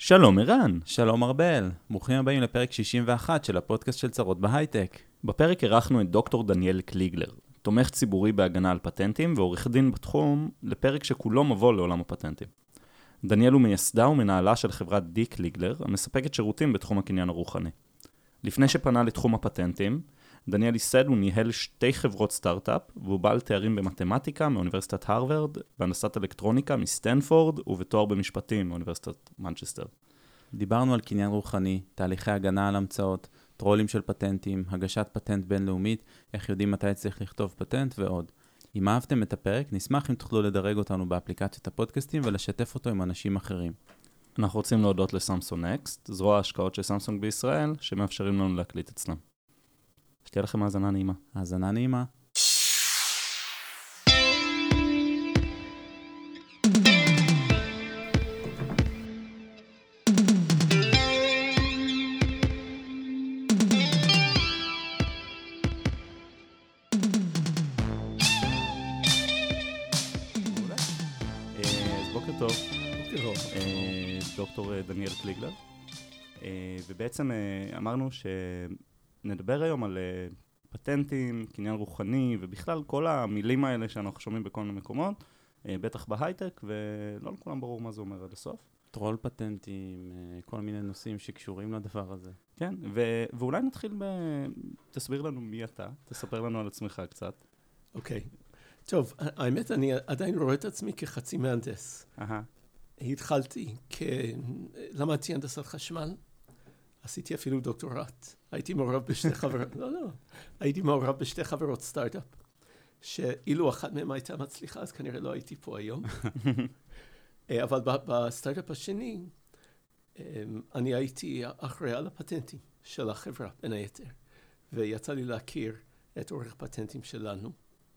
שלום ערן. שלום ארבל, ברוכים הבאים לפרק 61 של הפודקאסט של צרות בהייטק. בפרק אירחנו את דוקטור דניאל קליגלר, תומך ציבורי בהגנה על פטנטים ועורך דין בתחום, לפרק שכולו מבוא לעולם הפטנטים. דניאל הוא מייסדה ומנהלה של חברת די קליגלר, המספקת שירותים בתחום הקניין הרוחני. לפני שפנה לתחום הפטנטים, דניאל ייסד וניהל 2 חברות סטארט-אפ, והוא בעל תארים במתמטיקה מאוניברסיטת הרווארד, בהנדסת אלקטרוניקה מסטנפורד, ובתואר במשפטים מאוניברסיטת מנצ'סטר. דיברנו על קניין רוחני, תהליכי הגנה על המצאות, טרולים של פטנטים, הגשת פטנט בינלאומית, איך יודעים מתי צריך לכתוב פטנט ועוד. אם אהבתם את הפרק, נשמח אם תוכלו לדרג אותנו באפליקציות הפודקאסטים ולשתף אותו עם אנשים אחרים. אנחנו רוצים להודות לסמסונג נקסט, זרוע ההשקעות של סמסונג בישראל, שמאפשרים לנו להקליט אצלם. שתהיה לכם האזנה נעימה. האזנה נעימה. אז בוקר טוב. דוקטור דניאל קליגלר. ובעצם אמרנו שנדבר היום על פטנטים, קניין רוחני, ובכלל כל המילים האלה שאנחנו שומעים בכל מיני מקומות, בטח בהייטק, ולא לכולם ברור מה זה אומר עד הסוף. טרול פטנטים, כל מיני נושאים שקשורים לדבר הזה. כן, ואולי נתחיל תסביר לנו מי אתה, תספר לנו על עצמך קצת. אוקיי. טוב, האמת, אני עדיין רואה את עצמי כחצי מהנדס. התחלתי למדתי הנדסת חשמל, עשיתי אפילו דוקטורט. הייתי מעורב בשתי חברות, הייתי מעורב בשתי חברות סטארט-אפ, שאילו אחת מהן הייתה מצליחה, אז כנראה לא הייתי פה היום. אבל בסטארט-אפ השני, אני הייתי אחראי על הפטנטים של החברה, בין היתר. ויצא לי להכיר את עורך פטנטים שלנו.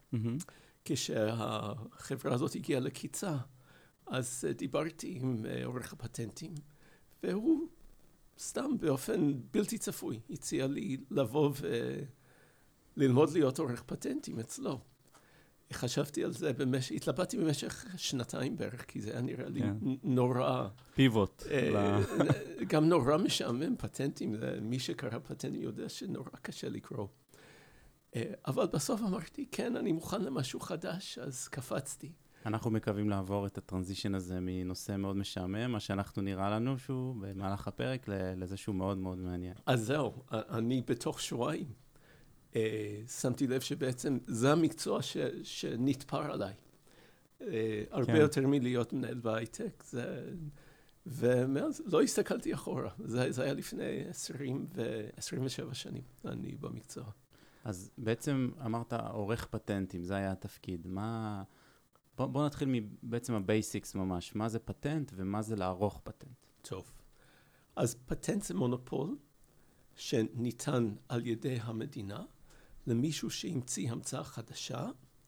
כשהחברה הזאת הגיעה לקיצה, אז דיברתי עם עורך הפטנטים, והוא סתם באופן בלתי צפוי הציע לי לבוא וללמוד להיות עורך פטנטים אצלו. חשבתי על זה התלבטתי במשך 2 בערך, כי זה היה נראה לי נורא. פיבוט. גם נורא משעמם פטנטים, מי שקרא פטנטים יודע שנורא קשה לקרוא. אבל בסוף אמרתי, כן, אני מוכן למשהו חדש, אז קפצתי. אנחנו מקווים לעבור את הטרנזישן הזה מנושא מאוד משעמם, מה שאנחנו נראה לנו שהוא במהלך הפרק לזה שהוא מאוד מאוד מעניין. אז זהו, אני בתוך שבועיים שמתי לב שבעצם זה המקצוע שנתפר עליי. הרבה יותר מלהיות מנהל בהייטק, ומאז לא הסתכלתי אחורה. זה היה לפני 27 שנים, אני במקצוע. אז בעצם אמרת עורך פטנטים, זה היה התפקיד. בוא נתחיל בעצם הבייסיקס ממש. מה זה פטנט ומה זה לערוך פטנט? טוב. אז פטנט זה מונופול שניתן על ידי המדינה למישהו שהמציא המצאה חדשה,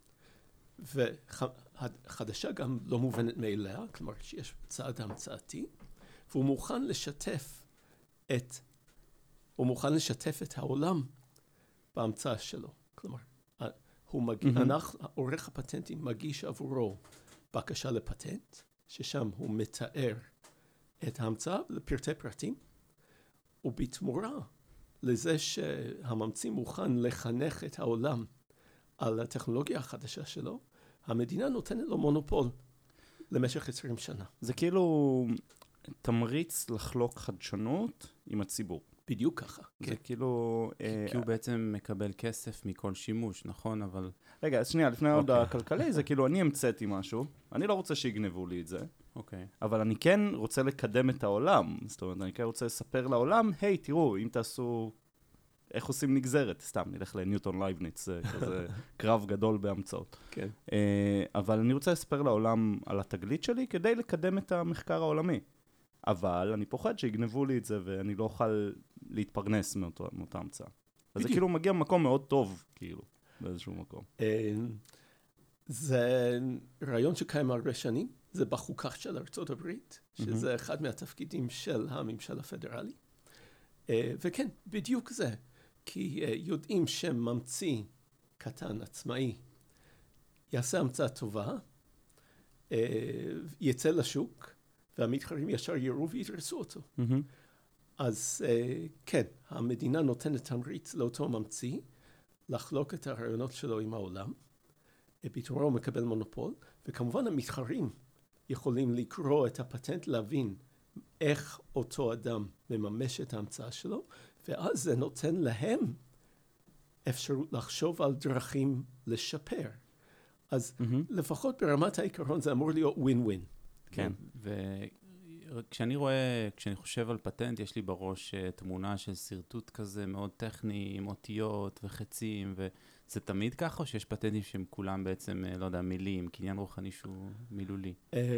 וחדשה גם לא מובנת מאליה, כלומר שיש צעד המצאתי, והוא מוכן לשתף את העולם בהמצאה שלו. כלומר, עורך הפטנטים מגיש עבורו בקשה לפטנט, ששם הוא מתאר את ההמצאה לפרטי פרטים, ובתמורה לזה שהממציא מוכן לחנך את העולם על הטכנולוגיה החדשה שלו, המדינה נותנת לו מונופול למשך 20 שנה. זה כאילו תמריץ לחלוק חדשנות עם הציבור. בדיוק ככה. זה כאילו... כי הוא בעצם מקבל כסף מכל שימוש, נכון? אבל... רגע, אז שנייה, לפני עוד הכלכלי, זה כאילו אני המצאתי משהו, אני לא רוצה שיגנבו לי את זה, אבל אני כן רוצה לקדם את העולם, זאת אומרת, אני כן רוצה לספר לעולם, היי, תראו, אם תעשו... איך עושים נגזרת? סתם, נלך לניוטון לייבניץ, כזה קרב גדול בהמצאות. כן. אבל אני רוצה לספר לעולם על התגלית שלי, כדי לקדם את המחקר העולמי. אבל אני פוחד שיגנבו לי את זה, ואני לא אוכל להתפרנס מאותה המצאה. אז זה כאילו מגיע ממקום מאוד טוב, כאילו, באיזשהו מקום. זה רעיון שקיים הרבה שנים, זה בחוקה של ארצות הברית, שזה אחד מהתפקידים של הממשל הפדרלי. וכן, בדיוק זה, כי יודעים שממציא קטן, עצמאי, יעשה המצאה טובה, יצא לשוק, והמתחרים ישר יראו וידרסו אותו. אז כן, המדינה נותנת תמריץ לאותו ממציא, לחלוק את הרעיונות שלו עם העולם, בתורו הוא מקבל מונופול, וכמובן המתחרים יכולים לקרוא את הפטנט, להבין איך אותו אדם מממש את ההמצאה שלו, ואז זה נותן להם אפשרות לחשוב על דרכים לשפר. אז לפחות ברמת העיקרון זה אמור להיות ווין-ווין. כן, וכשאני חושב על פטנט, יש לי בראש תמונה של סרטוט כזה מאוד טכני, עם אותיות וחצים, וזה תמיד ככה, או שיש פטנטים שהם כולם בעצם, לא יודע, מילים, קניין רוחני שהוא מילולי?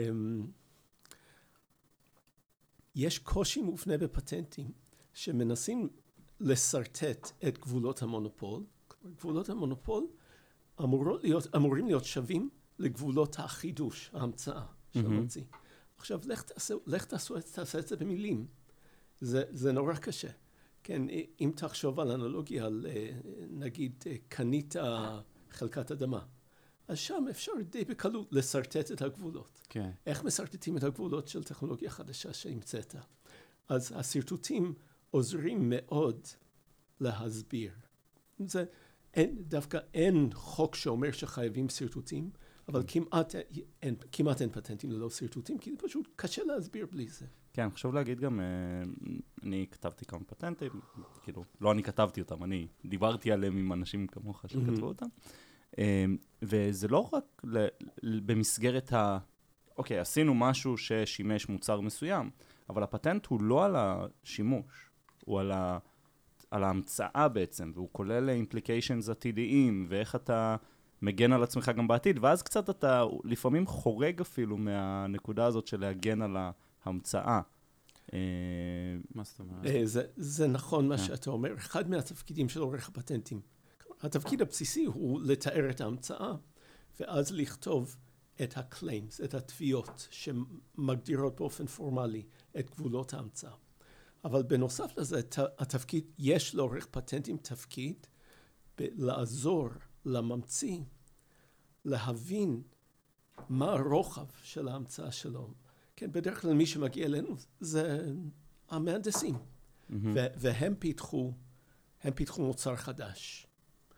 יש קושי מובנה בפטנטים, שמנסים לסרטט את גבולות המונופול. גבולות המונופול אמורים להיות שווים לגבולות החידוש, ההמצאה של הממציא. עכשיו, לך תעשה את זה במילים. זה נורא קשה. כן, אם תחשוב על אנלוגיה, נגיד, קנית חלקת אדמה, אז שם אפשר די בקלות לסרטט את הגבולות. כן. איך מסרטטים את הגבולות של טכנולוגיה חדשה שהמצאת? אז הסרטוטים עוזרים מאוד להסביר. דווקא אין חוק שאומר שחייבים סרטוטים, אבל כמעט אין פטנטים ללא סרטוטים, כי זה פשוט קשה להסביר בלי זה. כן, חשוב להגיד גם, אני כתבתי כמה פטנטים, כאילו, לא אני כתבתי אותם, אני דיברתי עליהם עם אנשים כמוך שכתבו אותם, וזה לא רק במסגרת אוקיי, עשינו משהו ששימש מוצר מסוים, אבל הפטנט הוא לא על השימוש, הוא על ההמצאה בעצם, והוא כולל implications עתידיים, ואיך אתה מגן על עצמך גם בעתיד, ואז קצת אתה לפעמים חורג אפילו מהנקודה הזאת של להגן על ההמצאה. מה זאת אומרת? זה נכון מה שאתה אומר. אחד מהתפקידים של עורך הפטנטים, התפקיד הבסיסי הוא לתאר את ההמצאה, ואז לכתוב את ה-claims, את התביעות שמגדירות באופן פורמלי את גבולות ההמצאה. אבל בנוסף לזה, התפקיד, יש לעורך פטנטים תפקיד לעזור לממציא להבין מה הרוחב של ההמצאה שלו. כן, בדרך כלל מי שמגיע אלינו זה המהנדסים, והם פיתחו מוצר חדש,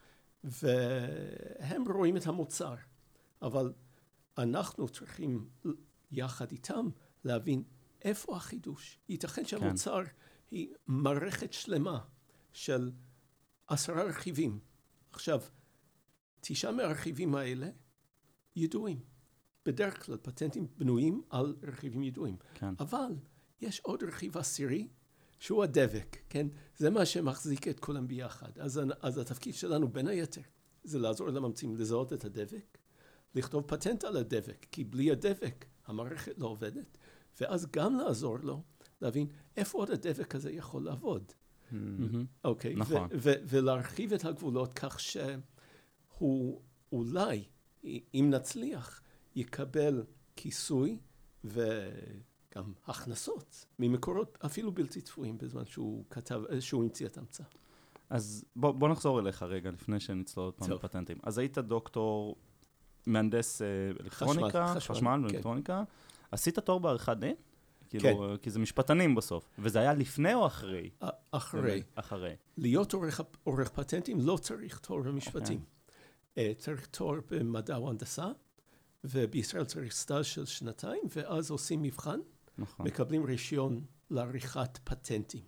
והם רואים את המוצר, אבל אנחנו צריכים יחד איתם להבין איפה החידוש. ייתכן שהמוצר היא מערכת שלמה של 10 רכיבים. עכשיו, 9 מהרכיבים האלה ידועים. בדרך כלל פטנטים בנויים על רכיבים ידועים. כן. אבל יש עוד רכיב עשירי, שהוא הדבק, כן? זה מה שמחזיק את כולם ביחד. אז התפקיד שלנו בין היתר, זה לעזור לממציאים לזהות את הדבק, לכתוב פטנט על הדבק, כי בלי הדבק המערכת לא עובדת, ואז גם לעזור לו להבין איפה עוד הדבק הזה יכול לעבוד. אוקיי? נכון. ולהרחיב את הגבולות כך שהוא אולי, אם נצליח, יקבל כיסוי וגם הכנסות ממקורות אפילו בלתי צפויים בזמן שהוא המציא את ההמצאה. אז בוא נחזור אליך רגע לפני שנצלול עוד פעם בפטנטים. אז היית דוקטור, מהנדס אלקטרוניקה, חשמל ואלקטרוניקה. עשית תואר בעריכת דין? כאילו, כי זה משפטנים בסוף. וזה היה לפני או אחרי? אחרי. להיות עורך פטנטים לא צריך תואר במשפטים. צריך תואר במדע או הנדסה, ובישראל צריך סטאז' של 2, ואז עושים מבחן, מקבלים רישיון לעריכת פטנטים.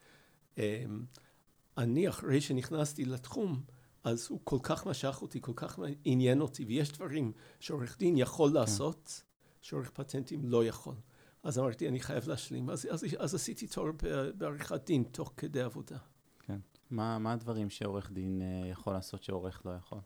אני, אחרי שנכנסתי לתחום, אז הוא כל כך משך אותי, כל כך עניין אותי, ויש דברים שעורך דין יכול לעשות, שעורך פטנטים לא יכול. אז אמרתי, אני חייב להשלים. אז עשיתי תואר בעריכת דין תוך כדי עבודה. כן. מה הדברים שעורך דין יכול לעשות שעורך לא יכול?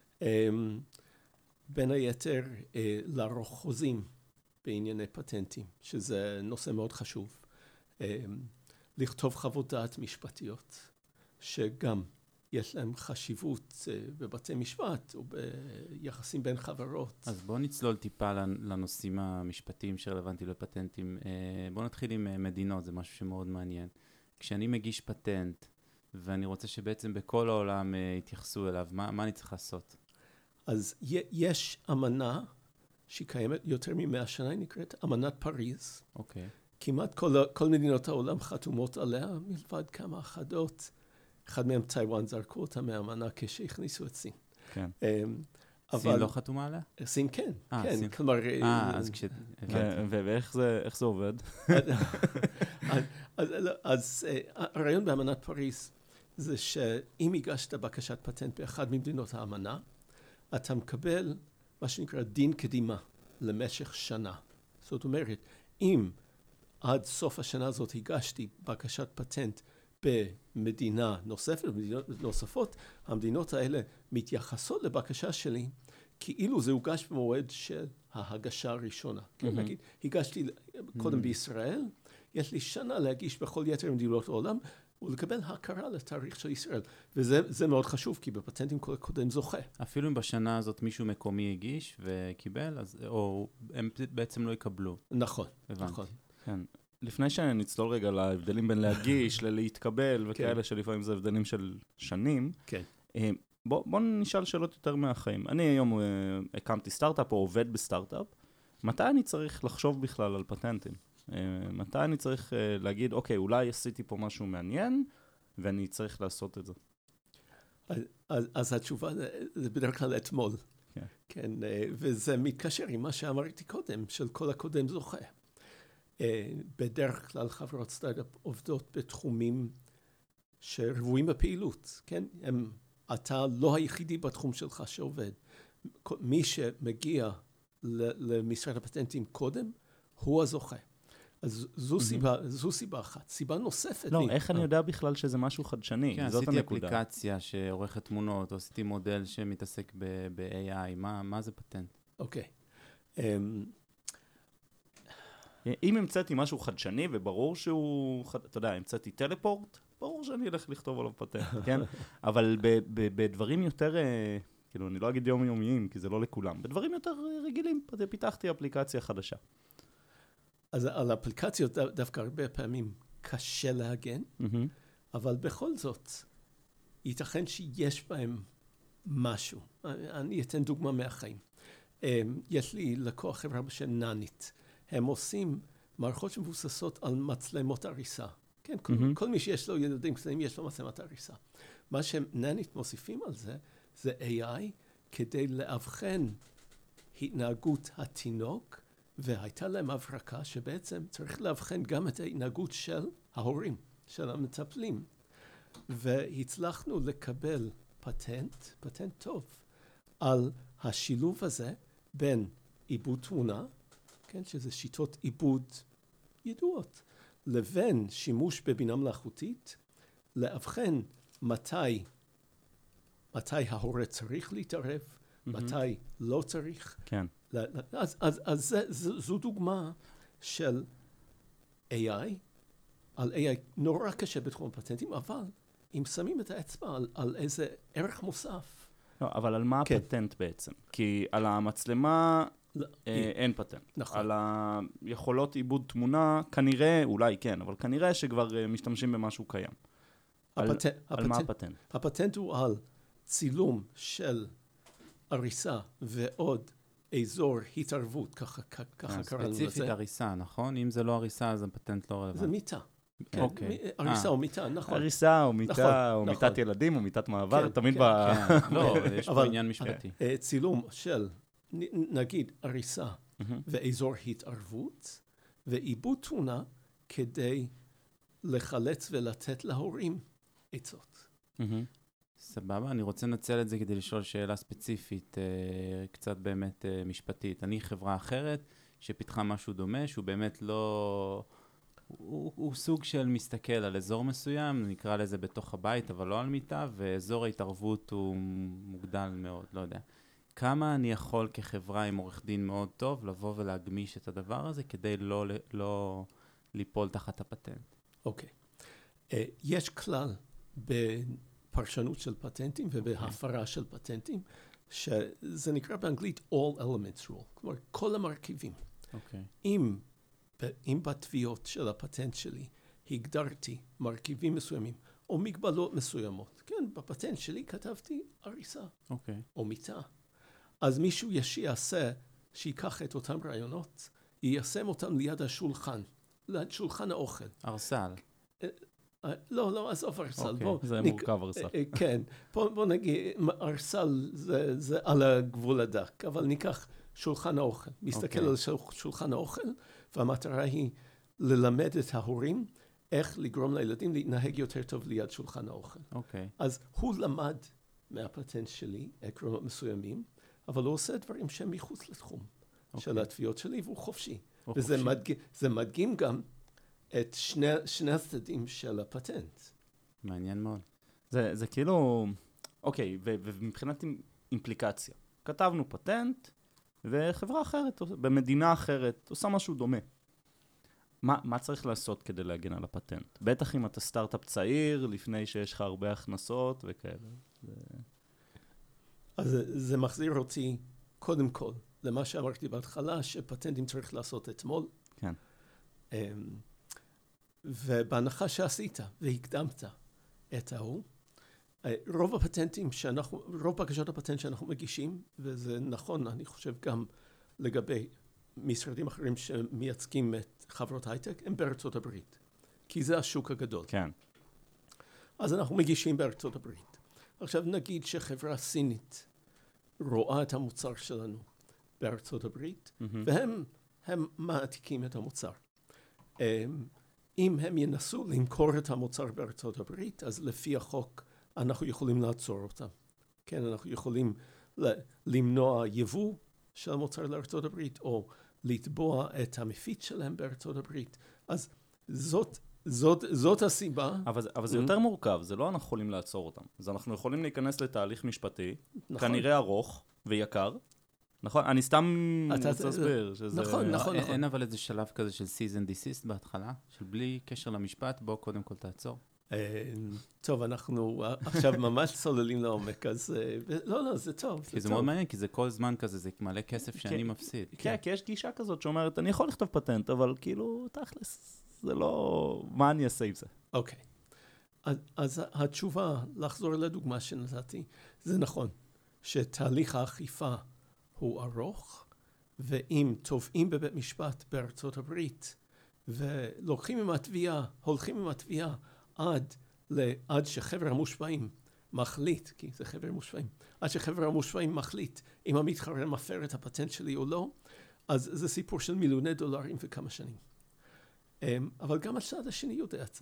בין היתר, לערוך חוזים בענייני פטנטים, שזה נושא מאוד חשוב. לכתוב חוות דעת משפטיות, שגם יש להם חשיבות בבתי משפט או ביחסים בין חברות. אז בואו נצלול טיפה לנושאים המשפטיים שרלוונטיים לפטנטים. בואו נתחיל עם מדינות, זה משהו שמאוד מעניין. כשאני מגיש פטנט, ואני רוצה שבעצם בכל העולם יתייחסו אליו, מה אני צריך לעשות? אז יש אמנה שהיא קיימת יותר מ100 שנה, היא נקראת אמנת פריז. אוקיי. כמעט כל מדינות העולם חתומות עליה, מלבד כמה אחדות. אחד מהם טייוואן זרקו אותה מהאמנה כשהכניסו את סין. כן. סין לא חתומה עליה? סין כן, כן. סין. כלומר... אז ואיך זה עובד? אז הרעיון באמנת פריז זה שאם הגשת בקשת פטנט באחד ממדינות האמנה, אתה מקבל מה שנקרא דין קדימה למשך שנה. זאת אומרת, אם עד סוף השנה הזאת הגשתי בקשת פטנט במדינה נוספת, במדינות נוספות, המדינות האלה מתייחסות לבקשה שלי כאילו זה הוגש במועד של ההגשה הראשונה. כן, נגיד, הגשתי קודם בישראל, יש לי שנה להגיש בכל יתר מדינות העולם, ולקבל הכרה לתאריך של ישראל. וזה מאוד חשוב, כי בפטנטים כל הקודם זוכה. אפילו אם בשנה הזאת מישהו מקומי הגיש וקיבל, או הם בעצם לא יקבלו. נכון, הבנתי. נכון. כן. לפני שנצלול רגע להבדלים בין להגיש, להתקבל וכאלה, שלפעמים זה הבדלים של שנים. כן. בוא נשאל שאלות יותר מהחיים. אני היום הקמתי סטארט-אפ או עובד בסטארט-אפ. מתי אני צריך לחשוב בכלל על פטנטים? מתי אני צריך להגיד, אוקיי, אולי עשיתי פה משהו מעניין, ואני צריך לעשות את זה? אז התשובה זה בדרך כלל אתמול. כן, וזה מתקשר עם מה שאמרתי קודם, של כל הקודם זוכה. בדרך כלל חברות סטארט-אפ עובדות בתחומים שרבועים בפעילות, כן? אתה לא היחידי בתחום שלך שעובד. מי שמגיע למשרד הפטנטים קודם, הוא הזוכה. אז זו סיבה אחת. סיבה נוספת... לא, איך אני יודע בכלל שזה משהו חדשני? כן, זאת עשיתי הנקודה. אפליקציה שעורכת תמונות, או עשיתי מודל שמתעסק ב-AI, מה זה פטנט? אוקיי. אם המצאתי משהו חדשני, וברור שהוא, אתה יודע, המצאתי טלפורט, ברור שאני אלך לכתוב עליו פטנט, כן? אבל בדברים יותר, כאילו, אני לא אגיד יומיומיים, כי זה לא לכולם, בדברים יותר רגילים, פיתחתי אפליקציה חדשה. אז על אפליקציות דווקא הרבה פעמים קשה להגן, אבל בכל זאת, ייתכן שיש בהם משהו. אני אתן דוגמה מהחיים. יש לי לקוח חברה בשם ננית. הם עושים מערכות שמבוססות על מצלמות הריסה. כן, כל מי שיש לו ילדים קטנים, יש לו מצלמת הריסה. מה שננית מוסיפים על זה, זה AI כדי לאבחן התנהגות התינוק, והייתה להם הברקה שבעצם צריך לאבחן גם את ההתנהגות של ההורים, של המטפלים. והצלחנו לקבל פטנט טוב, על השילוב הזה בין עיבוד תמונה, כן, שזה שיטות עיבוד ידועות, לבין שימוש בבינה מלאכותית, לאבחן מתי ההורה צריך להתערב, מתי לא צריך. כן. אז זו דוגמה של AI, על AI נורא קשה בתחום הפטנטים, אבל אם שמים את האצבע על איזה ערך מוסף. לא, אבל על מה הפטנט בעצם? כי על המצלמה אין פטנט. נכון. על היכולות עיבוד תמונה, כנראה, אולי כן, אבל כנראה שכבר משתמשים במשהו קיים. על מה הפטנט? הפטנט הוא על צילום של הריסה ועוד אזור התערבות, ככה קראנו לזה. ספציפית הריסה, נכון? אם זה לא הריסה, אז הפטנט לא רלוונטי. זה מיטה. אוקיי. הריסה או מיטה, נכון. הריסה או מיטה, או מיטת ילדים, או מיטת מעבר, תמיד לא, יש פה עניין משפטי. צילום של, נגיד, הריסה ואזור התערבות, ועיבוד תמונה כדי לחלץ ולתת להורים עצות. סבבה, אני רוצה לנצל את זה כדי לשאול שאלה ספציפית, קצת באמת משפטית. אני חברה אחרת שפיתחה משהו דומה, שהוא באמת לא... הוא סוג של מסתכל על אזור מסוים, נקרא לזה בתוך הבית, אבל לא על מיטה, ואזור ההתערבות הוא מוגדל מאוד, לא יודע. כמה אני יכול כחברה עם עורך דין מאוד טוב לבוא ולהגמיש את הדבר הזה, כדי לא ליפול תחת הפטנט? אוקיי. יש כלל בפרשנות של פטנטים ובהפרה של פטנטים, שזה נקרא באנגלית All Elements Rule, כלומר כל המרכיבים. אוקיי. אם בתביעות של הפטנט שלי הגדרתי מרכיבים מסוימים, או מגבלות מסוימות, כן, בפטנט שלי כתבתי הריסה, אוקיי. או מיטה. אז מישהו יעשה שיקח את אותם רעיונות, יישם אותם ליד השולחן, ליד שולחן האוכל. ארסל. לא, עזוב ארסל. זה מורכב ארסל. כן, בוא נגיד, ארסל זה על הגבול הדק, אבל ניקח שולחן האוכל. מסתכל על שולחן האוכל, והמטרה היא ללמד את ההורים איך לגרום לילדים להתנהג יותר טוב ליד שולחן האוכל. אז הוא למד מהפטנט שלי, עקרונות מסוימים, אבל הוא עושה דברים שהם מחוץ לתחום של התביעות שלי, והוא חופשי. וזה מדגים גם את שני הצדדים של הפטנט. מעניין מאוד. זה כאילו, אוקיי, ומבחינת אימפליקציה. כתבנו פטנט, וחברה אחרת, במדינה אחרת, עושה משהו דומה. מה צריך לעשות כדי להגן על הפטנט? בטח אם אתה סטארט-אפ צעיר, לפני שיש לך הרבה הכנסות וכאלה. אז זה מחזיר אותי, קודם כל, למה שאמרתי בהתחלה, שפטנטים צריך לעשות אתמול. כן. ובהנחה שעשית והקדמת את ההוא, רוב בקשות הפטנט שאנחנו מגישים, וזה נכון, אני חושב גם לגבי משרדים אחרים שמייצגים את חברות הייטק, הם בארצות הברית. כי זה השוק הגדול. כן. אז אנחנו מגישים בארצות הברית. עכשיו נגיד שחברה סינית רואה את המוצר שלנו בארצות הברית, והם מעתיקים את המוצר. אם הם ינסו למכור את המוצר בארצות הברית, אז לפי החוק אנחנו יכולים לעצור אותם. כן, אנחנו יכולים למנוע יבוא של המוצר לארצות הברית, או לתבוע את המפיץ שלהם בארצות הברית. אז זאת הסיבה. אבל זה יותר מורכב, זה לא אנחנו יכולים לעצור אותם. אז אנחנו יכולים להיכנס לתהליך משפטי, נכון. כנראה ארוך ויקר. נכון? אני סתם רוצה להסביר שזה... נכון. אין אבל איזה שלב כזה של cease and desist בהתחלה, של בלי קשר למשפט, בוא קודם כל תעצור. טוב, אנחנו עכשיו ממש צוללים לעומק, אז לא, זה טוב. כי זה מאוד מעניין, כי זה כל זמן כזה, זה מלא כסף שאני מפסיד. כן, כי יש גישה כזאת שאומרת, אני יכול לכתוב פטנט, אבל כאילו, תכלס, זה לא... מה אני אעשה עם זה? אוקיי. אז התשובה, לחזור לדוגמה שנתתי, זה נכון, שתהליך האכיפה הוא ארוך, ואם תובעים בבית משפט בארצות הברית, ולוקחים עם התביעה, הולכים עם התביעה, עד שחבר המושפעים מחליט, כי זה חבר מושפעים, עד שחבר המושפעים מחליט אם המתחרה מפר את הפטנט שלי או לא, אז זה סיפור של מיליוני דולרים וכמה שנים. אבל גם הצד השני יודע את זה.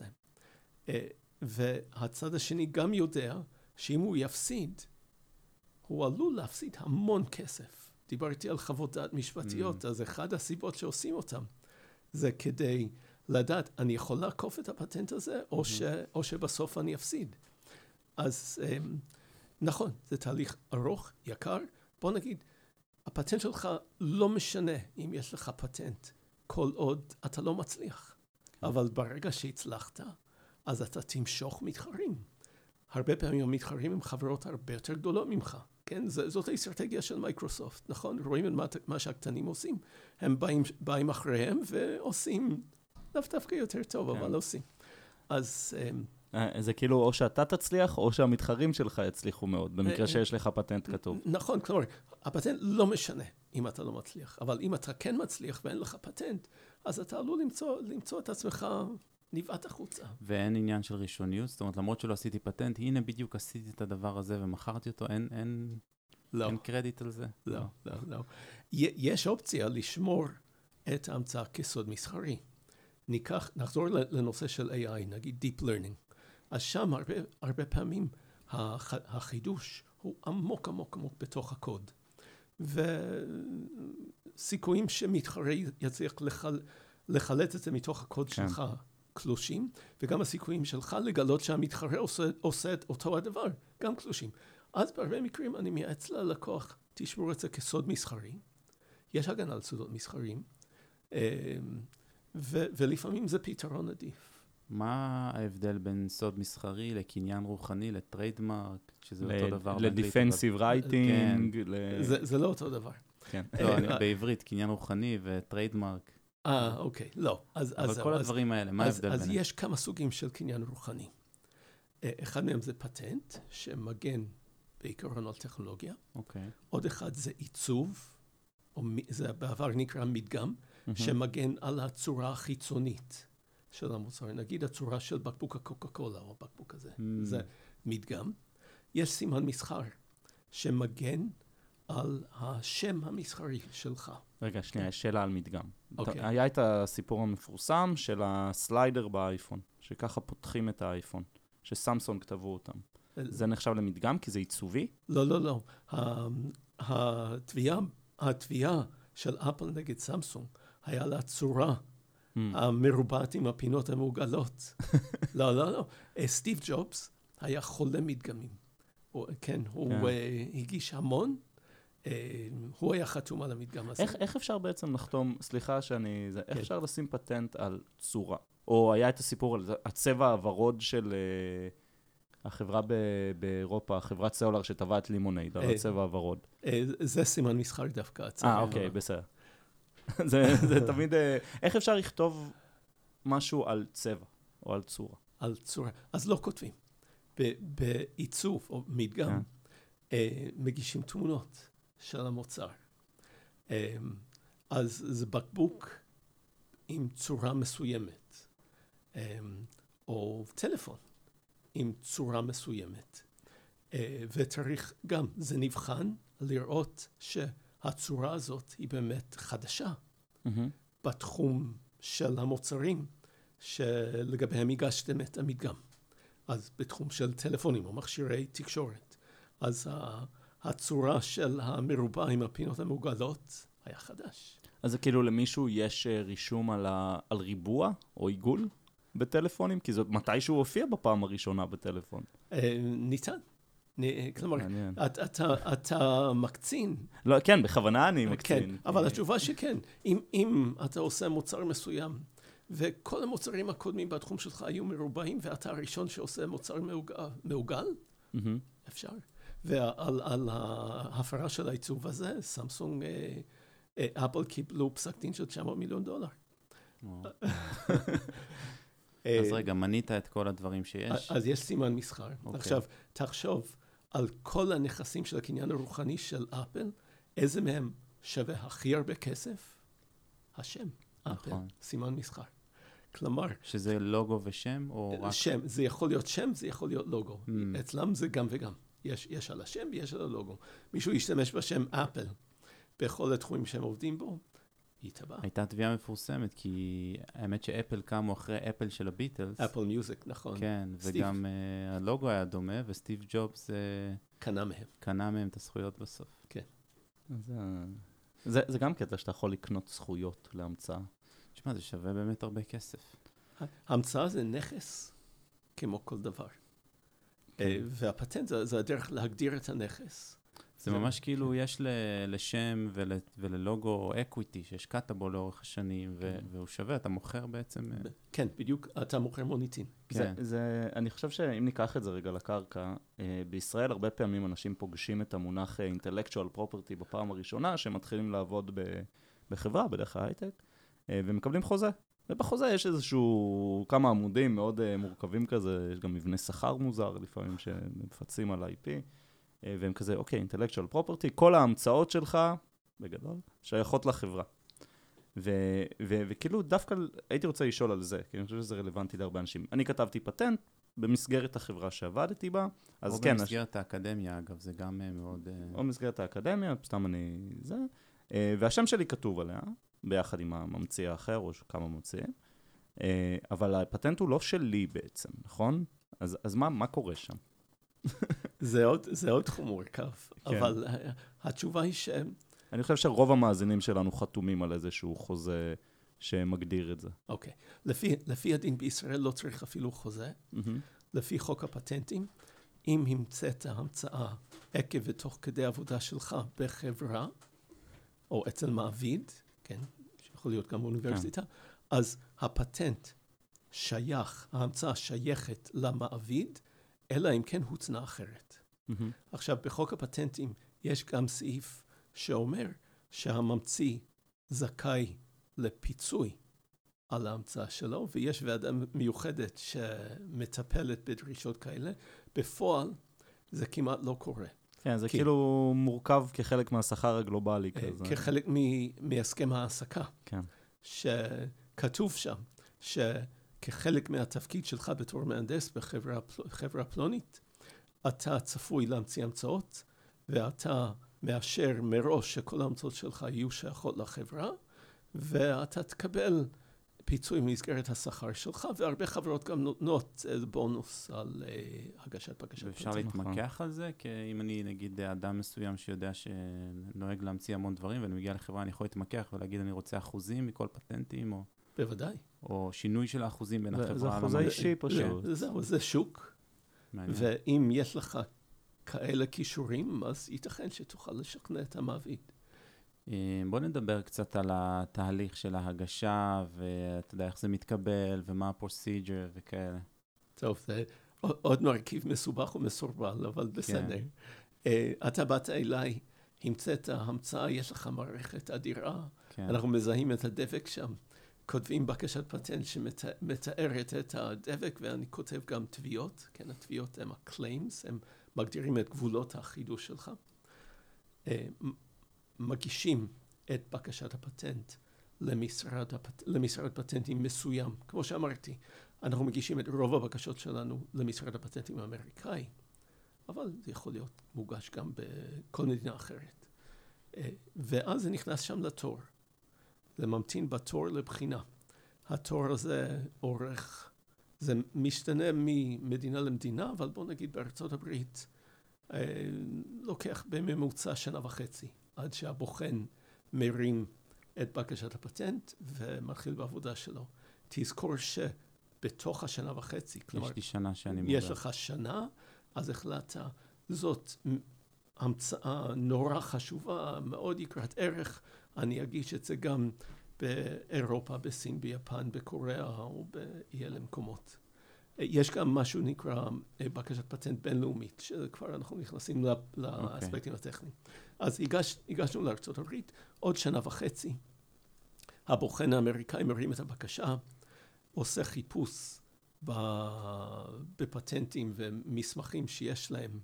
והצד השני גם יודע שאם הוא יפסיד, הוא עלול להפסיד המון כסף. דיברתי על חוות דעת משפטיות, אז אחד הסיבות שעושים אותם, זה כדי לדעת, אני יכול לעקוף את הפטנט הזה, או שבסוף אני אפסיד. אז נכון, זה תהליך ארוך, יקר. בוא נגיד, הפטנט שלך לא משנה אם יש לך פטנט, כל עוד אתה לא מצליח. אבל ברגע שהצלחת, אז אתה תמשוך מתחרים. הרבה פעמים המתחרים הם חברות הרבה יותר גדולות ממך. כן, זאת האסטרטגיה של מייקרוסופט, נכון? רואים את מה שהקטנים עושים. הם באים אחריהם ועושים דווקא יותר טוב, אבל לא עושים. אז... זה כאילו או שאתה תצליח, או שהמתחרים שלך יצליחו מאוד, במקרה שיש לך פטנט כתוב. נכון, כלומר, הפטנט לא משנה אם אתה לא מצליח, אבל אם אתה כן מצליח ואין לך פטנט, אז אתה עלול למצוא את עצמך נבעט החוצה. ואין עניין של ראשוניות, זאת אומרת, למרות שלא עשיתי פטנט, הנה בדיוק עשיתי את הדבר הזה ומכרתי אותו, אין קרדיט על זה? לא. יש אופציה לשמור את ההמצאה כסוד מסחרי. נחזור לנושא של AI, נגיד Deep Learning. אז שם הרבה פעמים החידוש הוא עמוק בתוך הקוד. וסיכויים שמתחרה יצליח לחלט את זה מתוך הקוד שלך קלושים, וגם הסיכויים שלך לגלות שהמתחרה עושה את אותו הדבר, גם קלושים. אז בהרבה מקרים אני מייעץ ללקוח, תשמור את זה כסוד מסחרי. יש הגנה על סודות מסחריים. ולפעמים זה פתרון עדיף. מה ההבדל בין סוד מסחרי לקניין רוחני, לטריידמרק, שזה אותו דבר? לדיפנסיב רייטינג. זה לא אותו דבר. לא, בעברית, קניין רוחני וטריידמרק. אוקיי, לא. אבל כל הדברים האלה, מה ההבדל ביניהם? אז יש כמה סוגים של קניין רוחני. אחד מהם זה פטנט, שמגן בעיקרון על טכנולוגיה. אוקיי. עוד אחד זה עיצוב, זה בעבר נקרא מדגם, שמגן על הצורה החיצונית של המוצר. נגיד הצורה של בקבוק הקוקה קולה, או בקבוק הזה. זה מדגם. יש סימן מסחר שמגן על השם המסחרי שלך. רגע, שנייה, יש שאלה על מדגם. אוקיי. היה את הסיפור המפורסם של הסליידר באייפון, שככה פותחים את האייפון, שסמסונג כתבו אותם. זה נחשב למדגם כי זה עיצובי? לא. התביעה של אפל נגד סמסונג היה לה צורה המרובעת עם הפינות המעוגלות. לא. סטיב ג'ובס היה חולה מדגמים. כן, הוא הגיש המון. הוא היה חתום על המדגם הזה. איך אפשר בעצם לחתום, סליחה שאני, איך אפשר לשים פטנט על צורה? או היה את הסיפור על הצבע הוורוד של החברה באירופה, חברת סלולר שטבעה את לימונייד, על הצבע הוורוד. זה סימן מסחר דווקא. אוקיי, בסדר. זה תמיד, איך אפשר לכתוב משהו על צבע או על צורה? על צורה. אז לא כותבים. בעיצוב או מדגם, מגישים תמונות של המוצר. אז זה בקבוק עם צורה מסוימת, או טלפון עם צורה מסוימת. וצריך גם, זה נבחן לראות שהצורה הזאת היא באמת חדשה בתחום של המוצרים שלגביהם הגשתם את המדגם. אז בתחום של טלפונים או מכשירי תקשורת. אז הצורה של המרובע עם הפינות המעוגלות היה חדש. אז זה כאילו למישהו יש רישום על ריבוע או עיגול בטלפונים? כי זאת מתישהו הופיע בפעם הראשונה בטלפון. ניתן. כלומר, אתה מקצין. לא, כן, בכוונה אני מקצין. כן, אבל התשובה שכן. אם אתה עושה מוצר מסוים, וכל המוצרים הקודמים בתחום שלך היו מרובעים, ואתה הראשון שעושה מוצר מעוגל, אפשר. ועל ההפרה של העיצוב הזה, סמסונג, אפל קיבלו פסק דין של $900 מיליון. אז רגע, מנית את כל הדברים שיש? אז יש סימן מסחר. עכשיו, תחשוב על כל הנכסים של הקניין הרוחני של אפל, איזה מהם שווה הכי הרבה כסף? השם, אפל, סימן מסחר. כלומר... שזה לוגו ושם או רק... שם, זה יכול להיות שם, זה יכול להיות לוגו. אצלם זה גם וגם. יש על השם ויש על הלוגו. מישהו ישתמש בשם אפל בכל התחומים שהם עובדים בו, יתבע. הייתה תביעה מפורסמת, כי האמת שאפל קמו אחרי אפל של הביטלס. אפל מיוזיק, נכון. כן, וגם הלוגו היה דומה, וסטיב ג'ובס... קנה מהם את הזכויות בסוף. כן. זה גם קטע שאתה יכול לקנות זכויות להמצאה. תשמע, זה שווה באמת הרבה כסף. המצאה זה נכס, כמו כל דבר. והפטנט זה הדרך להגדיר את הנכס. זה ממש כאילו יש לשם וללוגו או אקוויטי שהשקעת בו לאורך השנים, והוא שווה, אתה מוכר בעצם... כן, בדיוק, אתה מוכר מוניטין. אני חושב שאם ניקח את זה רגע לקרקע, בישראל הרבה פעמים אנשים פוגשים את המונח intellectual property בפעם הראשונה, שמתחילים לעבוד בחברה, בדרך ההייטק, ומקבלים חוזה. ובחוזה יש איזשהו כמה עמודים מאוד מורכבים כזה, יש גם מבנה שכר מוזר לפעמים שמפצים על IP, והם כזה, אוקיי, intellectual property, כל ההמצאות שלך, בגדול, שייכות לחברה. וכאילו דווקא הייתי רוצה לשאול על זה, כי אני חושב שזה רלוונטי להרבה אנשים. אני כתבתי פטנט במסגרת החברה שעבדתי בה, אז או כן. במסגרת האקדמיה, אגב, זה גם מאוד... או במסגרת האקדמיה, סתם אני... זה. והשם שלי כתוב עליה, ביחד עם הממציא האחר, או כמה ממציאים, אבל הפטנט הוא לא שלי בעצם, נכון? אז מה קורה שם? זה עוד תחום מורכב, אבל התשובה היא ש... אני חושב שרוב המאזינים שלנו חתומים על איזשהו חוזה שמגדיר את זה. אוקיי. לפי הדין בישראל לא צריך אפילו חוזה. לפי חוק הפטנטים, אם המצאת המצאה עקב ותוך כדי עבודה שלך בחברה, או אצל מעביד, כן, שיכול להיות גם באוניברסיטה, אז הפטנט שייך, ההמצאה שייכת למעביד, אלא אם כן הוצנה אחרת. עכשיו, בחוק הפטנטים יש גם סעיף שאומר שהממציא זכאי לפיצוי על ההמצאה שלו, ויש ועדה מיוחדת שמטפלת בדרישות כאלה. בפועל זה כמעט לא קורה. כן, זה כאילו מורכב כחלק מהשכר הגלובלי כזה. כחלק מהסכם העסקה. כן. שכתוב שם, שכחלק מהתפקיד שלך בתור מהנדס בחברה פלונית, אתה צפוי להמציא המצאות, ואתה מאשר מראש שכל ההמצאות שלך יהיו שייכות לחברה, ואתה תקבל פיצוי במסגרת השכר שלך, והרבה חברות גם נותנות בונוס על הגשת בקשת פטנט. ואפשר להתמקח על זה? כי אם אני נגיד אדם מסוים שיודע שנוהג להמציא המון דברים, ואני מגיע לחברה, אני יכול להתמקח ולהגיד אני רוצה אחוזים מכל פטנטים, או... בוודאי. או שינוי של האחוזים בין החברה. זה אחוזי אישי פשוט. זהו, זה שוק. מעניין. ואם יש לך כאלה כישורים, אז ייתכן שתוכל לשכנע את המעביד. בוא נדבר קצת על התהליך של ההגשה, ואתה יודע איך זה מתקבל, ומה הפרוסיג'ר וכאלה. טוב, זה עוד מרכיב מסובך ומסורבל, אבל בסדר. אתה באת אליי, המצאת המצאה, יש לך מערכת אדירה, אנחנו מזהים את הדבק שם, כותבים בקשת פטנט שמתארת את הדבק, ואני כותב גם תביעות, כן, התביעות הם ה-claims, הם מגדירים את גבולות החידוש שלך. מגישים את בקשת הפטנט למשרד פטנטים מסוים. כמו שאמרתי, אנחנו מגישים את רוב הבקשות שלנו למשרד הפטנטים האמריקאי, אבל זה יכול להיות מוגש גם בכל מדינה אחרת. ואז זה נכנס שם לתור. זה ממתין בתור לבחינה. התור הזה אורך, זה משתנה ממדינה למדינה, אבל בוא נגיד בארצות הברית, לוקח בממוצע 1.5 שנה, עד שהבוחן מרים את בקשת הפטנט ומתחיל בעבודה שלו. תזכור שבתוך 1.5 שנה, כלומר, יש לי שנה שאני מודע. יש לך שנה, אז החלטת, זאת המצאה נורא חשובה, מאוד יקרת ערך, אני אגיש את זה גם באירופה, בסין, ביפן, בקוריאה או באיי מקומות. יש גם משהו נקרא בקשת פטנט בינלאומית, שכבר אנחנו נכנסים לאספקטים הטכניים. אז הגשנו לארצות הברית, עוד 1.5 שנה, הבוחן האמריקאי מרים את הבקשה, עושה חיפוש בפטנטים ומסמכים שיש להם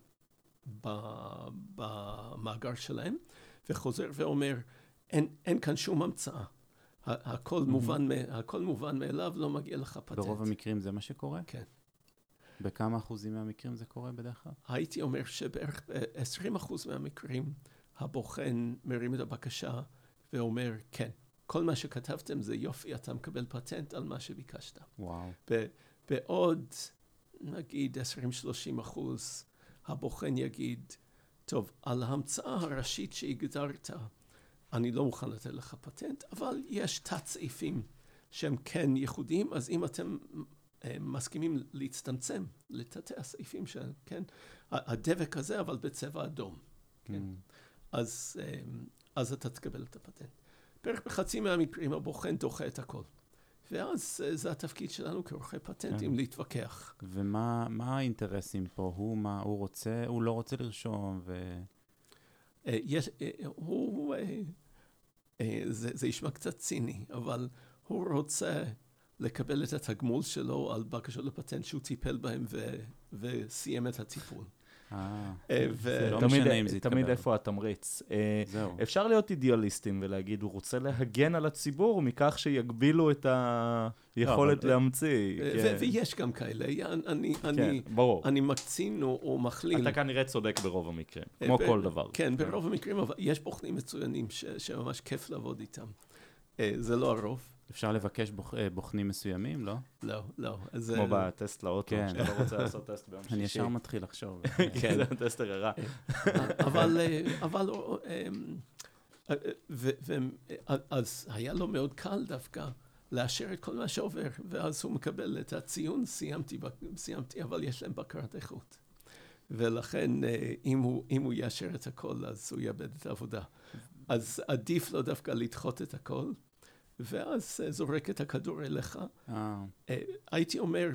במאגר שלהם, וחוזר ואומר, אין כאן שום המצאה. הכל מובן מאליו, לא מגיע לך פטנט. ברוב המקרים זה מה שקורה? כן. בכמה אחוזים מהמקרים זה קורה בדרך כלל? הייתי אומר שבערך 20% מהמקרים, הבוחן מרים את הבקשה ואומר, כן, כל מה שכתבתם זה יופי, אתה מקבל פטנט על מה שביקשת. וואו. בעוד, נגיד 20-30%, הבוחן יגיד, טוב, על ההמצאה הראשית שהגדרת, אני לא מוכן לתת לך פטנט, אבל יש תת סעיפים שהם כן ייחודיים, אז אם אתם מסכימים להצטמצם לתתי הסעיפים של, כן, הדבק הזה, אבל בצבע אדום, כן, אז אתה תקבל את הפטנט. בערך בחצי מהמקרים הבוחן דוחה את הכל. ואז זה התפקיד שלנו כעורכי פטנטים להתווכח. ומה האינטרסים פה? הוא רוצה, הוא לא רוצה לרשום זה ישמע קצת ציני, אבל הוא רוצה לקבל את התגמול שלו על בקשות לפטנט שהוא טיפל בהם וסיים את הטיפול. לא משנה אם זה יתקבל. תמיד איפה התמריץ. אפשר להיות אידיאליסטים ולהגיד, הוא רוצה להגן על הציבור מכך שיגבילו את היכולת להמציא. ויש גם כאלה. אני מקצין או מכליל. אתה כנראה צודק ברוב המקרים, כמו כל דבר. כן, ברוב המקרים, אבל יש בוחנים מצוינים שממש כיף לעבוד איתם. זה לא הרוב. אפשר לבקש בוחנים מסוימים, לא? לא. כמו בטסט לאוטו, שאתה לא רוצה לעשות טסט ביום שישי. אני ישר מתחיל לחשוב. כן, זה טסטר הרע. אבל, אז היה לו מאוד קל דווקא לאשר את כל מה שעובר, ואז הוא מקבל את הציון, סיימתי, אבל יש להם בקרת איכות. ולכן, אם הוא יאשר את הכל, אז הוא יאבד את העבודה. אז עדיף לו דווקא לדחות את הכל, ואז זורק את הכדור אליך. הייתי אומר,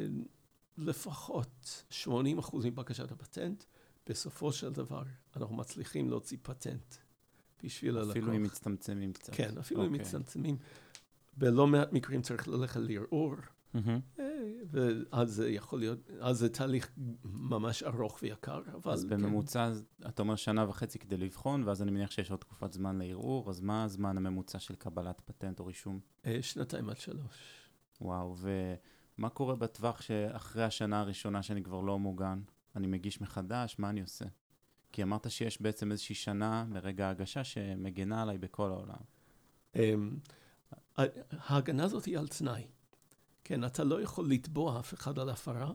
לפחות 80% מבקשת הפטנט, בסופו של דבר, אנחנו מצליחים להוציא פטנט בשביל הלקוח. אפילו אם מצטמצמים קצת. כן, אפילו אם מצטמצמים. בלא מעט מקרים צריך ללכת לערעור. ואז זה יכול להיות, אז זה תהליך ממש ארוך ויקר, אבל... אז בממוצע, אתה אומר 1.5 שנה כדי לבחון, ואז אני מניח שיש עוד תקופת זמן לערעור, אז מה הזמן הממוצע של קבלת פטנט או רישום? 2 עד 3. וואו, ומה קורה בטווח שאחרי השנה הראשונה שאני כבר לא מוגן? אני מגיש מחדש, מה אני עושה? כי אמרת שיש בעצם איזושהי שנה מרגע ההגשה שמגנה עליי בכל העולם. ההגנה הזאת היא על תנאי. כן, אתה לא יכול לתבוע אף אחד על הפרה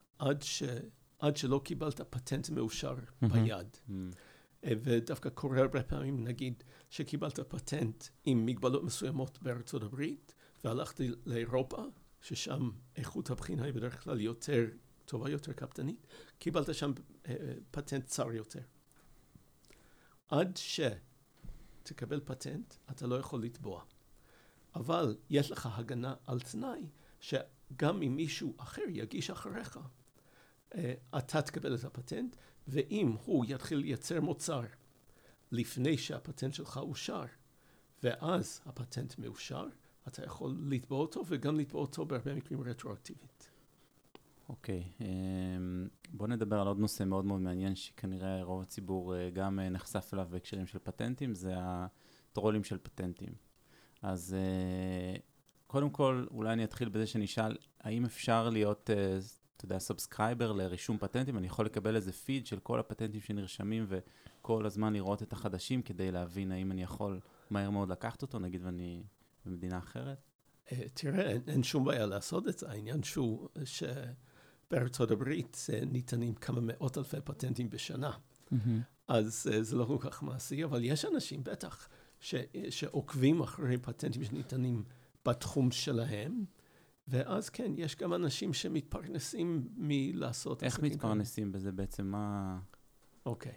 עד שלא קיבלת פטנט מאושר ביד. ודווקא קורה הרבה פעמים, נגיד, שקיבלת פטנט עם מגבלות מסוימות בארצות הברית, והלכתי לאירופה, ששם איכות הבחינה היא בדרך כלל יותר טובה, יותר קפדנית, קיבלת שם פטנט צר יותר. עד שתקבל פטנט, אתה לא יכול לתבוע. אבל יש לך הגנה על תנאי, שגם אם מישהו אחר יגיש אחריך, אתה תקבל את הפטנט, ואם הוא יתחיל לייצר מוצר לפני שהפטנט שלך אושר, ואז הפטנט מאושר, אתה יכול לתבוע אותו, וגם לתבוע אותו בהרבה מקרים רטרואקטיבית. אוקיי, בוא נדבר על עוד נושא מאוד מאוד מעניין, שכנראה רוב הציבור גם נחשף אליו בהקשרים של פטנטים, זה הטרולים של פטנטים. אז קודם כל, אולי אני אתחיל בזה שנשאל, האם אפשר להיות, אתה יודע, סאבסקרייבר לרישום פטנטים? אני יכול לקבל איזה פיד של כל הפטנטים שנרשמים, וכל הזמן לראות את החדשים, כדי להבין האם אני יכול מהר מאוד לקחת אותו, נגיד ואני במדינה אחרת? תראה, אין שום בעיה לעשות את זה. העניין שבארצות הברית ניתנים כמה מאות אלפי פטנטים בשנה. אז זה לא כל כך מעשי, אבל יש אנשים בטח שעוקבים אחרי פטנטים שניתנים בתחום שלהם, ואז כן, יש גם אנשים שמתפרנסים מלעשות... איך מתפרנסים בזה בעצם? מה... אוקיי.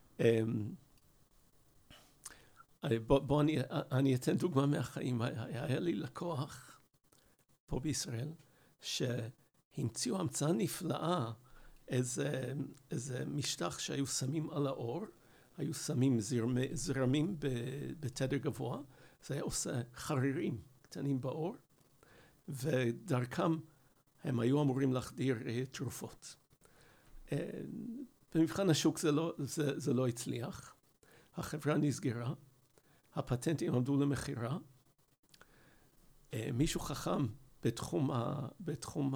בוא אני אתן דוגמה מהחיים. היה לי לקוח פה בישראל, שהמציאו המצאה נפלאה, איזה משטח שהיו שמים על האור, היו שמים זרמים בתדר גבוה, זה היה עושה חרירים קטנים באור, ודרכם הם היו אמורים להחדיר תרופות. במבחן השוק זה לא הצליח, החברה נסגרה, הפטנטים עמדו למחירה, מישהו חכם בתחום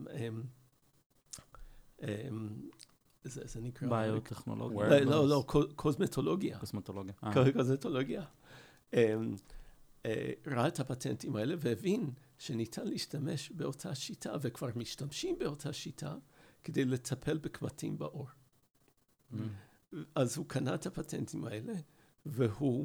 זה נקרא... ביוטכנולוגיה. לא, קוסמטולוגיה. קוסמטולוגיה. ראה את הפטנטים האלה והבין שניתן להשתמש באותה שיטה, וכבר משתמשים באותה שיטה, כדי לטפל בקמטים באור. אז הוא קנה את הפטנטים האלה, והוא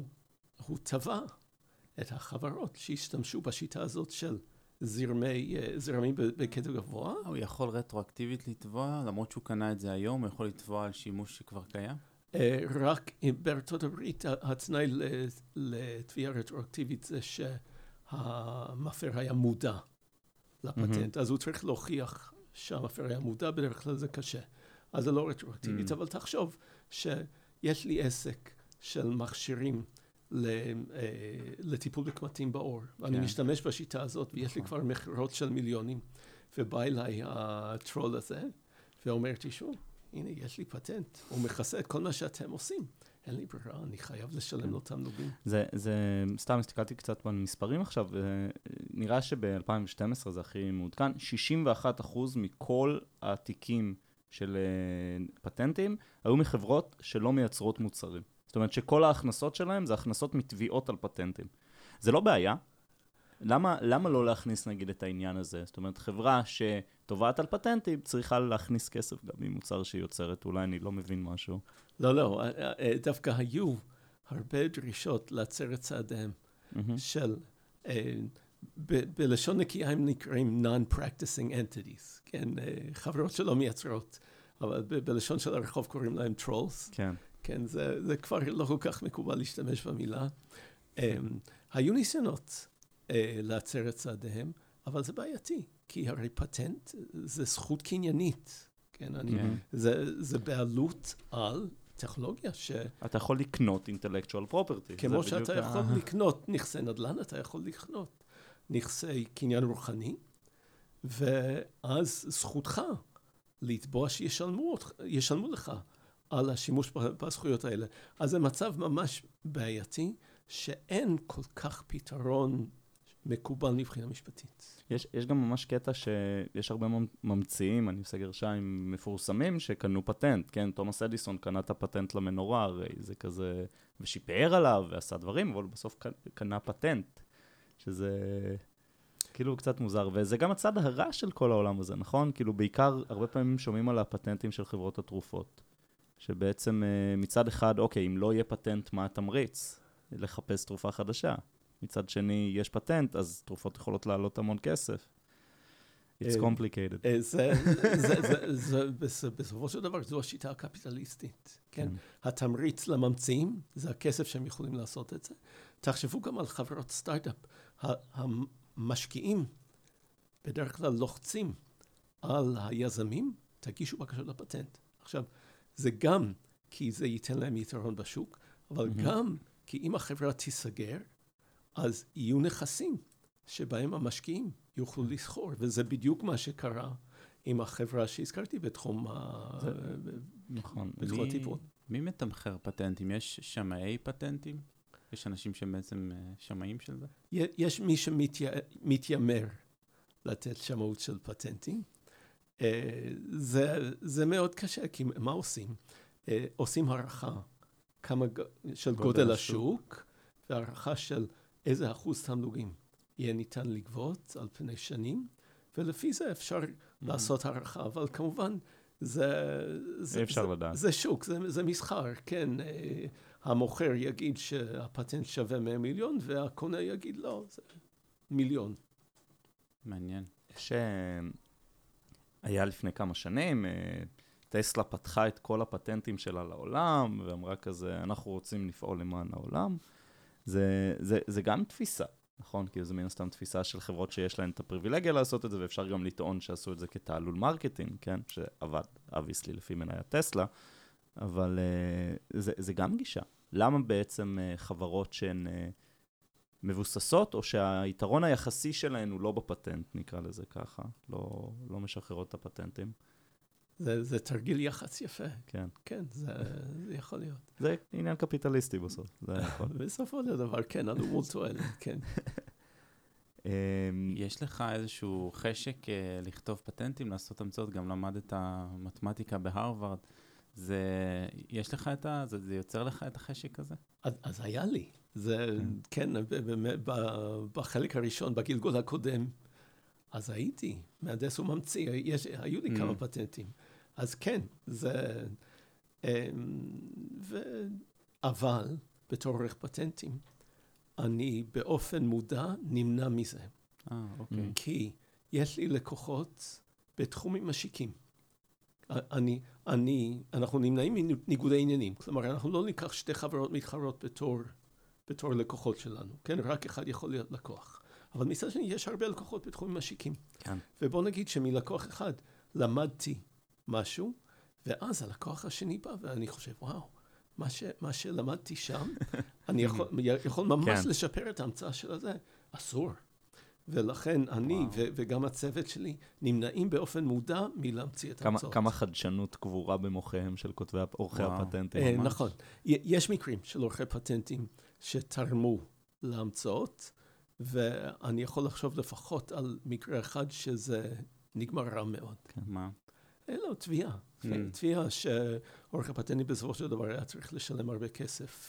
תבע את החברות שהשתמשו בשיטה הזאת של זרמים בקטע גבוה. הוא יכול רטרואקטיבית לתבוע, למרות שהוא קנה את זה היום, הוא יכול לתבוע על שימוש שכבר קיים? רק בארצות הברית, התנאי לתביעה רטרואקטיבית זה שהמפר היה מודע לפטנט, אז הוא צריך להוכיח שהמפר היה מודע, בדרך כלל זה קשה. אז זה לא רטרואקטיבית, אבל תחשוב שיש לי עסק של מכשירים לטיפול בקמטים באור, ואני משתמש בשיטה הזאת, ויש לי כבר מכירות של מיליונים, ובא אליי הטרול הזה, ואומר, תשמעו, הנה, יש לי פטנט, הוא מכסה את כל מה שאתם עושים. אין לי ברירה, אני חייב לשלם לו תמלוגים. זה, סתם הסתכלתי קצת במספרים עכשיו, נראה שב-2012 זה הכי מעודכן, 61% מכל התיקים של פטנטים היו מחברות שלא מייצרות מוצרים. זאת אומרת שכל ההכנסות שלהם זה הכנסות מתביעות על פטנטים. זה לא בעיה. למה לא להכניס נגיד את העניין הזה? זאת אומרת, חברה שטובעת על פטנטים צריכה להכניס כסף גם ממוצר שהיא יוצרת. אולי אני לא מבין משהו. לא, דווקא היו הרבה דרישות להצר את צעדיהם של, בלשון נקייה הם נקראים non-practicing entities, כן, חברות שלא מייצרות, אבל בלשון של הרחוב קוראים להם trolls. כן. כן, זה כבר לא כל כך מקובל להשתמש במילה. היו ניסיונות לעצר את צעדיהם, אבל זה בעייתי, כי הרי פטנט זה זכות קניינית, כן, זה בעלות על טכנולוגיה אתה יכול לקנות intellectual property. כמו שאתה יכול לקנות נכסי נדל"ן, אתה יכול לקנות נכסי קניין רוחני, ואז זכותך לתבוע שישלמו לך על השימוש בזכויות האלה. אז זה מצב ממש בעייתי, שאין כל כך פתרון מקובל מבחינה משפטית. יש גם ממש קטע שיש הרבה ממציאים, אני עושה גרשיים מפורסמים, שקנו פטנט, כן? תומאס אדיסון קנה את הפטנט למנורה, הרי זה כזה, ושיפר עליו ועשה דברים, אבל בסוף קנה פטנט, שזה כאילו קצת מוזר, וזה גם הצד הרע של כל העולם הזה, נכון? כאילו בעיקר הרבה פעמים שומעים על הפטנטים של חברות התרופות, שבעצם מצד אחד, אוקיי, אם לא יהיה פטנט, מה התמריץ? לחפש תרופה חדשה. מצד שני, יש פטנט, אז תרופות יכולות לעלות המון כסף. It's complicated. בסופו של דבר, זו השיטה הקפיטליסטית. כן? התמריץ לממציאים, זה הכסף שהם יכולים לעשות את זה. תחשבו גם על חברות סטארט-אפ. המשקיעים בדרך כלל לוחצים על היזמים, תגישו בקשות לפטנט. עכשיו, זה גם כי זה ייתן להם יתרון בשוק, אבל גם כי אם החברה תיסגר, אז יהיו נכסים שבהם המשקיעים יוכלו לסחור, וזה בדיוק מה שקרה עם החברה שהזכרתי בתחום הטיפול. מי מתמחר פטנטים? יש שמאי פטנטים? יש אנשים שבעצם שמאים של זה? יש מי שמתיימר לתת שמאות של פטנטים. זה מאוד קשה, כי מה עושים? עושים הערכה של גודל השוק, והערכה של איזה אחוז תמלוגים יהיה ניתן לגבות על פני שנים, ולפי זה אפשר לעשות הערכה, אבל כמובן זה שוק, זה מסחר, כן, המוכר יגיד שהפטנט שווה 100 מיליון, והקונה יגיד לא, זה מיליון. מעניין. היה לפני כמה שנים, טסלה פתחה את כל הפטנטים שלה לעולם, ואמרה כזה, אנחנו רוצים לפעול למען העולם. זה גם תפיסה, נכון? כי זה מן הסתם תפיסה של חברות שיש להן את הפריבילגיה לעשות את זה, ואפשר גם לטעון שעשו את זה כתעלול מרקטינג, כן? שעבד, obviously, לפי מניית טסלה, אבל זה גם גישה. למה בעצם חברות שהן מבוססות, או שהיתרון היחסי שלהן הוא לא בפטנט, נקרא לזה ככה, לא משחררות את הפטנטים? זה תרגיל יחס יפה. כן. כן, זה יכול להיות. זה עניין קפיטליסטי בסוף. בסופו של דבר, כן, עלו מול תועלת, כן. יש לך איזשהו חשק לכתוב פטנטים, לעשות המצאות, גם למדת מתמטיקה בהרווארד. יש לך זה יוצר לך את החשק הזה? אז היה לי. זה, כן, בחלק הראשון, בגלגול הקודם, אז הייתי מהנדס וממציא, היו לי כמה פטנטים. אז כן, אבל בתור עורך פטנטים, אני באופן מודע נמנע מזה. אוקיי. כי יש לי לקוחות בתחומים משיקים. אנחנו נמנעים מניגודי עניינים. כלומר, אנחנו לא ניקח שתי חברות מתחרות בתור לקוחות שלנו. כן, רק אחד יכול להיות לקוח. אבל מצד שני, יש הרבה לקוחות בתחומים משיקים. כן. ובוא נגיד שמלקוח אחד למדתי משהו, ואז הלקוח השני בא, ואני חושב, וואו, מה שלמדתי שם, אני יכול ממש לשפר את ההמצאה של הזה. אסור. ולכן אני וגם הצוות שלי נמנעים באופן מודע מלהמציא את ההמצאות. כמה חדשנות קבורה במוחם של כותבי עורכי הפטנטים. נכון. יש מקרים של עורכי פטנטים שתרמו להמצאות, ואני יכול לחשוב לפחות על מקרה אחד שזה נגמר רע מאוד. מה? לא, תביעה. תביעה שעורך הפטנטים בסופו של דבר היה צריך לשלם הרבה כסף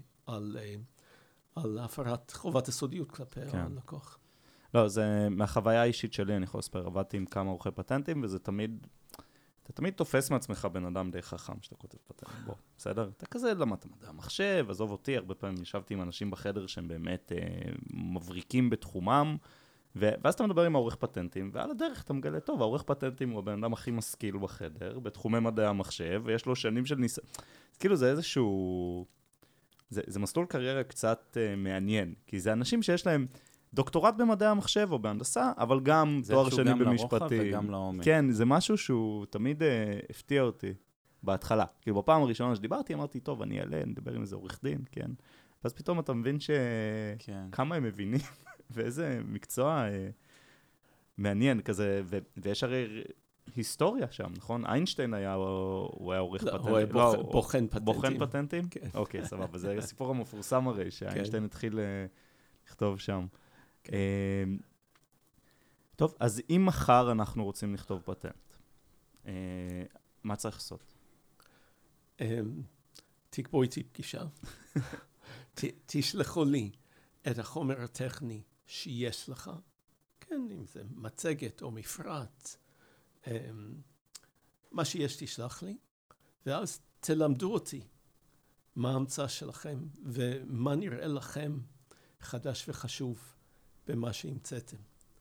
על הפרת חובת הסודיות כלפי הלקוח. לא, זה מהחוויה האישית שלי, אני יכול לספר, עבדתי עם כמה עורכי פטנטים, וזה תמיד, אתה תמיד תופס מעצמך בן אדם די חכם שאתה כותב פטנט, בוא, בסדר? אתה כזה למדת מדע המחשב, עזוב אותי, הרבה פעמים ישבתי עם אנשים בחדר שהם באמת מבריקים בתחומם, ואז אתה מדבר עם העורך פטנטים, ועל הדרך אתה מגלה, טוב, העורך פטנטים הוא הבן אדם הכי משכיל בחדר, בתחומי מדעי המחשב, ויש לו שנים של ניסיון. אז כאילו זה איזשהו, זה מסלול קריירה קצת מעניין, כי זה אנשים שיש להם דוקטורט במדעי המחשב או בהנדסה, אבל גם תואר שני במשפטים. זה שהוא גם לרוחב וגם לעומק. כן, זה משהו שהוא תמיד הפתיע אותי בהתחלה. כאילו בפעם הראשונה שדיברתי, אמרתי, טוב, אני אעלה, נדבר עם איזה עורך דין, כן. ואז פתאום אתה מבין כמה הם מבינים, ואיזה מקצוע מעניין כזה, ויש הרי היסטוריה שם, נכון? איינשטיין הוא היה עורך פטנטים. הוא היה בוחן פטנטים. בוחן פטנטים? כן. אוקיי, סבבה. זה הסיפור המפורסם הרי, שאיינשטיין התחיל לכתוב שם. טוב, אז אם מחר אנחנו רוצים לכתוב פטנט, מה צריך לעשות? תקבעו איתי פגישה. תשלחו לי את החומר הטכני שיש לך. כן, אם זה מצגת או מפרט. מה שיש תשלח לי, ואז תלמדו אותי מה ההמצאה שלכם ומה נראה לכם חדש וחשוב במה שהמצאתם.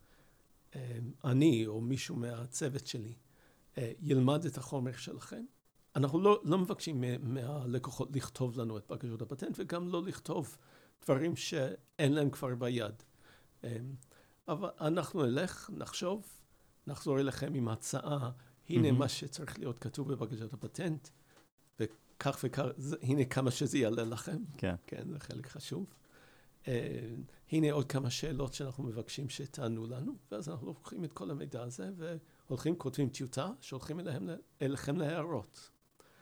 אני או מישהו מהצוות שלי ילמד את החומר שלכם. אנחנו לא מבקשים מהלקוחות לכתוב לנו את בקשות הפטנט וגם לא לכתוב דברים שאין להם כבר ביד. אבל אנחנו נלך, נחשוב, נחזור אליכם עם הצעה, הנה מה שצריך להיות כתוב בבקשת הפטנט, וכך וכך, הנה כמה שזה יעלה לכם. כן. כן, זה חלק חשוב. הנה עוד כמה שאלות שאנחנו מבקשים שתענו לנו, ואז אנחנו לוקחים את כל המידע הזה, והולכים, כותבים טיוטה, שולחים אליכם להערות.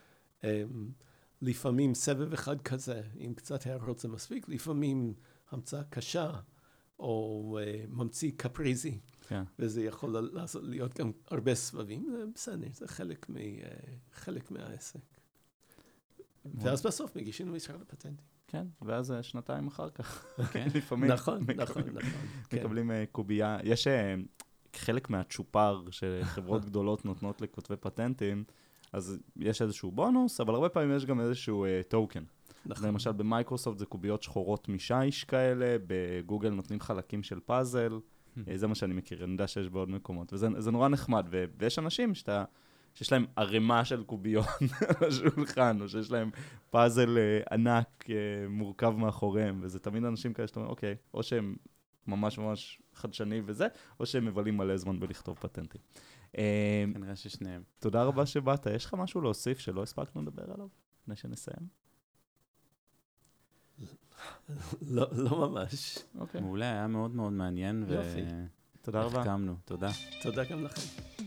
לפעמים סבב אחד כזה, עם קצת הערות זה מספיק, לפעמים המצאה קשה, או ממציא קפריזי, כן. וזה יכול להיות גם הרבה סבבים, זה בסדר, זה חלק מהעסק. ואז בסוף מגישים למשרד הפטנטים. כן, ואז 2 אחר כך. כן. לפעמים. נכון. מקבלים קובייה. יש חלק מהצ'ופר שחברות גדולות נותנות לכותבי פטנטים, אז יש איזשהו בונוס, אבל הרבה פעמים יש גם איזשהו טוקן. למשל במייקרוסופט זה קוביות שחורות משיש כאלה, בגוגל נותנים חלקים של פאזל, זה מה שאני מכיר, אני יודע שיש בעוד מקומות, וזה נורא נחמד, ויש אנשים שיש להם ערימה של קוביות על השולחן, או שיש להם פאזל ענק מורכב מאחוריהם, וזה תמיד אנשים כאלה שאתה אומר, אוקיי, או שהם ממש ממש חדשני וזה, או שהם מבלים מלא זמן בלכתוב פטנטים. כנראה ששניהם. תודה רבה שבאת, יש לך משהו להוסיף שלא הספקנו לדבר עליו, לפני שנסיים? לא ממש. מעולה, היה מאוד מאוד מעניין, תודה רבה. והחכמנו. תודה. תודה גם לכם.